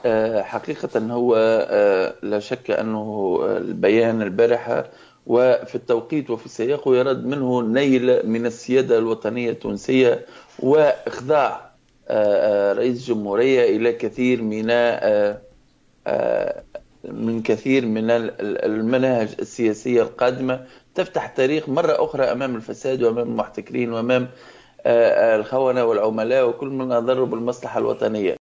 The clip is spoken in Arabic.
حقيقة هو لا شك أنه البيان البارحة وفي التوقيت وفي سياقه يرد منه نيل من السيادة الوطنية التونسية، وإخضاع رئيس الجمهورية إلى كثير آه، من كثير من المناهج السياسية القادمة، تفتح تاريخ مرة أخرى أمام الفساد وأمام المحتكرين وأمام الخونة والعملاء وكل من أضر بالمصلحة الوطنية.